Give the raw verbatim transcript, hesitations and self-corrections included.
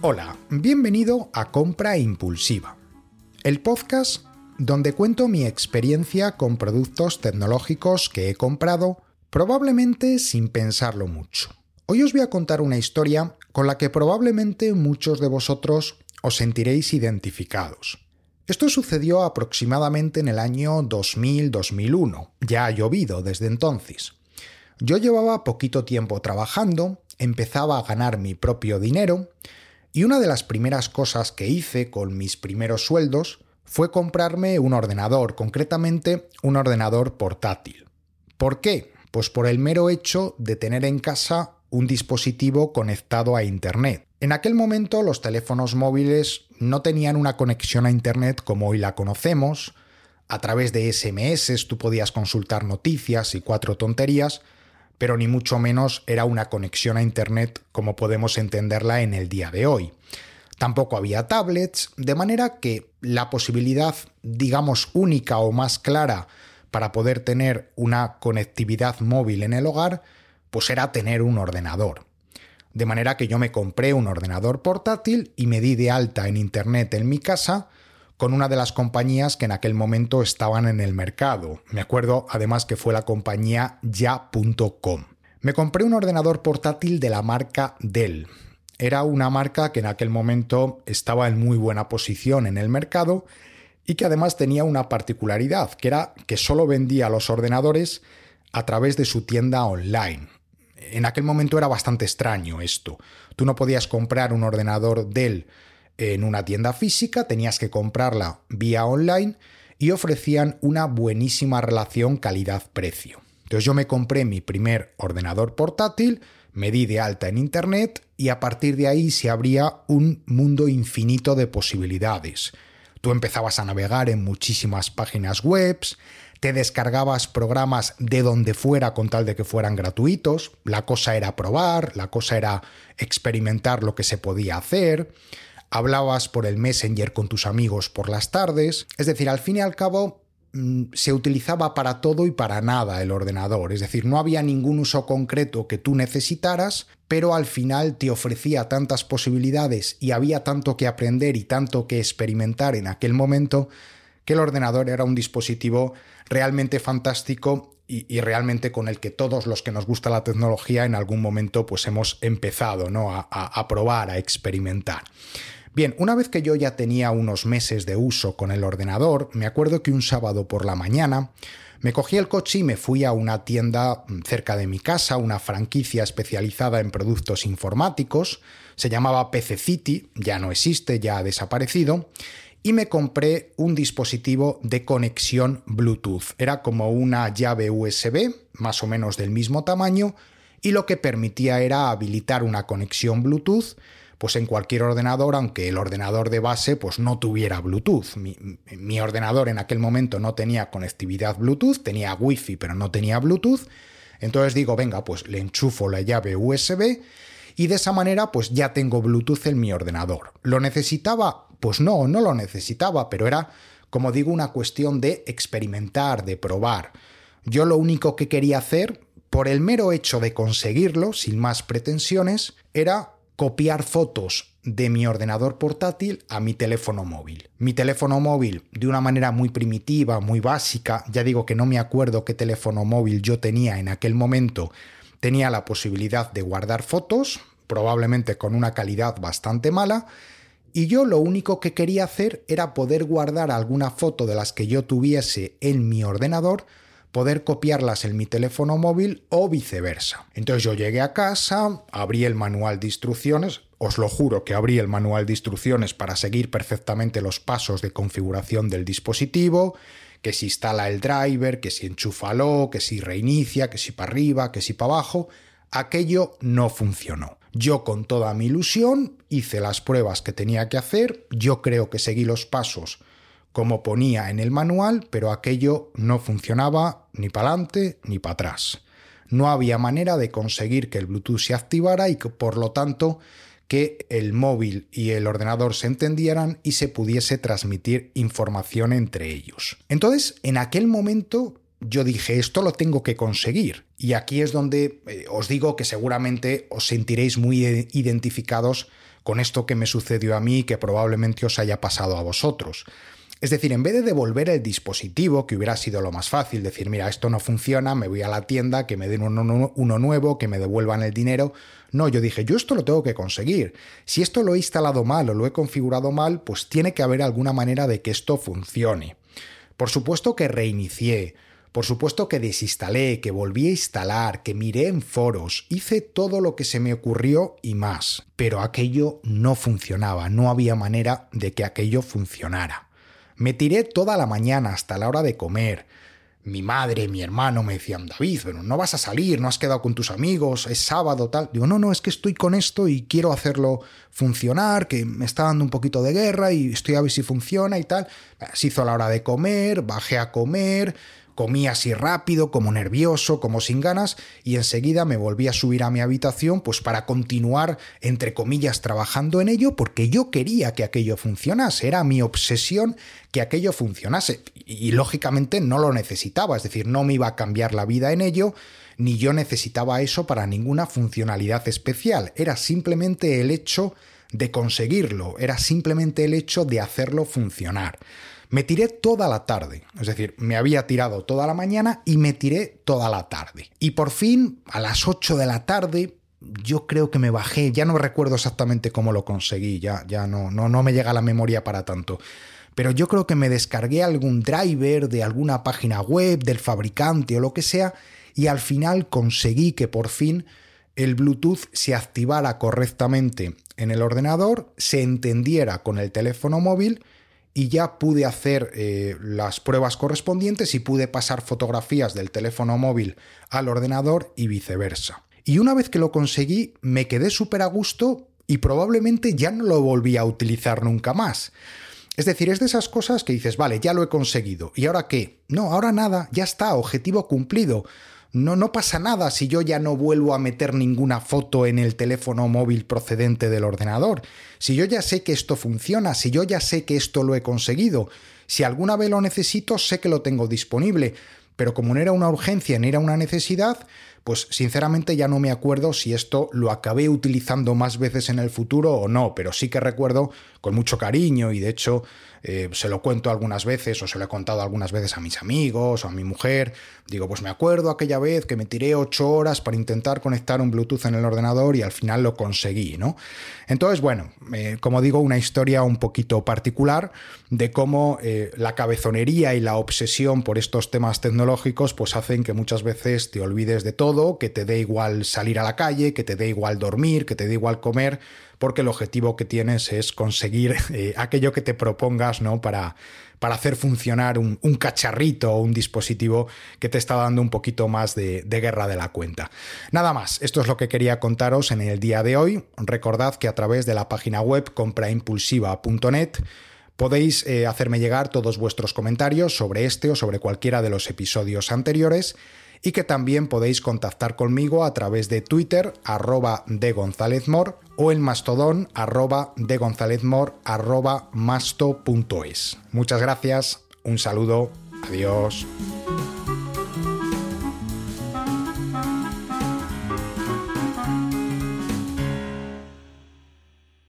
Hola, bienvenido a Compra Impulsiva, el podcast donde cuento mi experiencia con productos tecnológicos que he comprado, probablemente sin pensarlo mucho. Hoy os voy a contar una historia con la que probablemente muchos de vosotros os sentiréis identificados. Esto sucedió aproximadamente en el año dos mil a dos mil uno, ya ha llovido desde entonces. Yo llevaba poquito tiempo trabajando, empezaba a ganar mi propio dinero, y una de las primeras cosas que hice con mis primeros sueldos fue comprarme un ordenador, concretamente un ordenador portátil. ¿Por qué? Pues por el mero hecho de tener en casa un dispositivo conectado a Internet. En aquel momento los teléfonos móviles no tenían una conexión a Internet como hoy la conocemos. A través de ese eme ese tú podías consultar noticias y cuatro tonterías, pero ni mucho menos era una conexión a Internet como podemos entenderla en el día de hoy. Tampoco había tablets, de manera que la posibilidad, digamos, única o más clara para poder tener una conectividad móvil en el hogar, pues era tener un ordenador. De manera que yo me compré un ordenador portátil y me di de alta en Internet en mi casa con una de las compañías que en aquel momento estaban en el mercado. Me acuerdo además que fue la compañía ya punto com. Me compré un ordenador portátil de la marca Dell. Era una marca que en aquel momento estaba en muy buena posición en el mercado y que además tenía una particularidad, que era que solo vendía los ordenadores a través de su tienda online. En aquel momento era bastante extraño esto. Tú no podías comprar un ordenador Dell en una tienda física, tenías que comprarla vía online y ofrecían una buenísima relación calidad-precio. Entonces yo me compré mi primer ordenador portátil, me di de alta en Internet y a partir de ahí se abría un mundo infinito de posibilidades. Tú empezabas a navegar en muchísimas páginas web, te descargabas programas de donde fuera con tal de que fueran gratuitos, la cosa era probar, la cosa era experimentar lo que se podía hacer. Hablabas por el Messenger con tus amigos por las tardes. Es decir, al fin y al cabo mmm, se utilizaba para todo y para nada el ordenador. Es decir, no había ningún uso concreto que tú necesitaras, pero al final te ofrecía tantas posibilidades y había tanto que aprender y tanto que experimentar en aquel momento que el ordenador era un dispositivo realmente fantástico y, y realmente con el que todos los que nos gusta la tecnología en algún momento pues hemos empezado, ¿no? a, a, a probar, a experimentar. Bien, una vez que yo ya tenía unos meses de uso con el ordenador, me acuerdo que un sábado por la mañana me cogí el coche y me fui a una tienda cerca de mi casa, una franquicia especializada en productos informáticos, se llamaba P C City, ya no existe, ya ha desaparecido, y me compré un dispositivo de conexión Bluetooth. Era como una llave U S B, más o menos del mismo tamaño, y lo que permitía era habilitar una conexión Bluetooth pues en cualquier ordenador, aunque el ordenador de base pues no tuviera Bluetooth. Mi, mi ordenador en aquel momento no tenía conectividad Bluetooth, tenía Wi-Fi pero no tenía Bluetooth. Entonces digo, venga, pues le enchufo la llave U S B y de esa manera pues ya tengo Bluetooth en mi ordenador. ¿Lo necesitaba? Pues no, no lo necesitaba, pero era, como digo, una cuestión de experimentar, de probar. Yo lo único que quería hacer, por el mero hecho de conseguirlo, sin más pretensiones, era copiar fotos de mi ordenador portátil a mi teléfono móvil. Mi teléfono móvil, de una manera muy primitiva, muy básica, ya digo que no me acuerdo qué teléfono móvil yo tenía en aquel momento, tenía la posibilidad de guardar fotos, probablemente con una calidad bastante mala, y yo lo único que quería hacer era poder guardar alguna foto de las que yo tuviese en mi ordenador, poder copiarlas en mi teléfono móvil o viceversa. Entonces yo llegué a casa, abrí el manual de instrucciones, os lo juro que abrí el manual de instrucciones para seguir perfectamente los pasos de configuración del dispositivo, que si instala el driver, que si enchúfalo, que si reinicia, que si para arriba, que si para abajo. Aquello no funcionó. Yo con toda mi ilusión hice las pruebas que tenía que hacer, yo creo que seguí los pasos como ponía en el manual, pero aquello no funcionaba ni para adelante ni para atrás. No había manera de conseguir que el Bluetooth se activara y que, por lo tanto, que el móvil y el ordenador se entendieran y se pudiese transmitir información entre ellos. Entonces, en aquel momento yo dije, esto lo tengo que conseguir. Y aquí es donde eh, os digo que seguramente os sentiréis muy identificados con esto que me sucedió a mí y que probablemente os haya pasado a vosotros. Es decir, en vez de devolver el dispositivo, que hubiera sido lo más fácil, decir, mira, esto no funciona, me voy a la tienda, que me den uno, uno nuevo, que me devuelvan el dinero. No, yo dije, yo esto lo tengo que conseguir. Si esto lo he instalado mal o lo he configurado mal, pues tiene que haber alguna manera de que esto funcione. Por supuesto que reinicié, por supuesto que desinstalé, que volví a instalar, que miré en foros, hice todo lo que se me ocurrió y más. Pero aquello no funcionaba, no había manera de que aquello funcionara. Me tiré toda la mañana hasta la hora de comer. Mi madre, mi hermano me decían, David, pero no vas a salir, no has quedado con tus amigos, es sábado, tal. Digo, no, no, es que estoy con esto y quiero hacerlo funcionar, que me está dando un poquito de guerra y estoy a ver si funciona y tal. Se hizo la hora de comer, bajé a comer, comí así rápido, como nervioso, como sin ganas, y enseguida me volví a subir a mi habitación pues para continuar, entre comillas, trabajando en ello, porque yo quería que aquello funcionase, era mi obsesión que aquello funcionase, y, y lógicamente no lo necesitaba, es decir, no me iba a cambiar la vida en ello, ni yo necesitaba eso para ninguna funcionalidad especial, era simplemente el hecho de conseguirlo, era simplemente el hecho de hacerlo funcionar. Me tiré toda la tarde, es decir, me había tirado toda la mañana y me tiré toda la tarde. Y por fin, a las ocho de la tarde, yo creo que me bajé, ya no recuerdo exactamente cómo lo conseguí, ya, ya no, no, no me llega la memoria para tanto. Pero yo creo que me descargué algún driver de alguna página web, del fabricante o lo que sea, y al final conseguí que por fin el Bluetooth se activara correctamente en el ordenador, se entendiera con el teléfono móvil, y ya pude hacer eh, las pruebas correspondientes y pude pasar fotografías del teléfono móvil al ordenador y viceversa. Y una vez que lo conseguí, me quedé súper a gusto y probablemente ya no lo volví a utilizar nunca más. Es decir, es de esas cosas que dices, vale, ya lo he conseguido, ¿y ahora qué? No, ahora nada, ya está, objetivo cumplido. No, no pasa nada si yo ya no vuelvo a meter ninguna foto en el teléfono móvil procedente del ordenador. Si yo ya sé que esto funciona, si yo ya sé que esto lo he conseguido, si alguna vez lo necesito, sé que lo tengo disponible. Pero como no era una urgencia ni era una necesidad, pues sinceramente ya no me acuerdo si esto lo acabé utilizando más veces en el futuro o no, pero sí que recuerdo con mucho cariño y de hecho eh, se lo cuento algunas veces o se lo he contado algunas veces a mis amigos o a mi mujer. Digo, pues me acuerdo aquella vez que me tiré ocho horas para intentar conectar un Bluetooth en el ordenador y al final lo conseguí, ¿no? Entonces, bueno, eh, como digo, una historia un poquito particular de cómo eh, la cabezonería y la obsesión por estos temas tecnológicos pues hacen que muchas veces te olvides de todo, que te dé igual salir a la calle, que te dé igual dormir, que te dé igual comer, porque el objetivo que tienes es conseguir eh, aquello que te propongas, ¿no? Para, para hacer funcionar un, un cacharrito o un dispositivo que te está dando un poquito más de, de guerra de la cuenta. Nada más, esto es lo que quería contaros en el día de hoy. Recordad que a través de la página web compra impulsiva punto net podéis eh, hacerme llegar todos vuestros comentarios sobre este o sobre cualquiera de los episodios anteriores y que también podéis contactar conmigo a través de Twitter, arroba de González Mor, o el Mastodon, arroba de González Mor, arroba masto punto es. Muchas gracias, un saludo, adiós.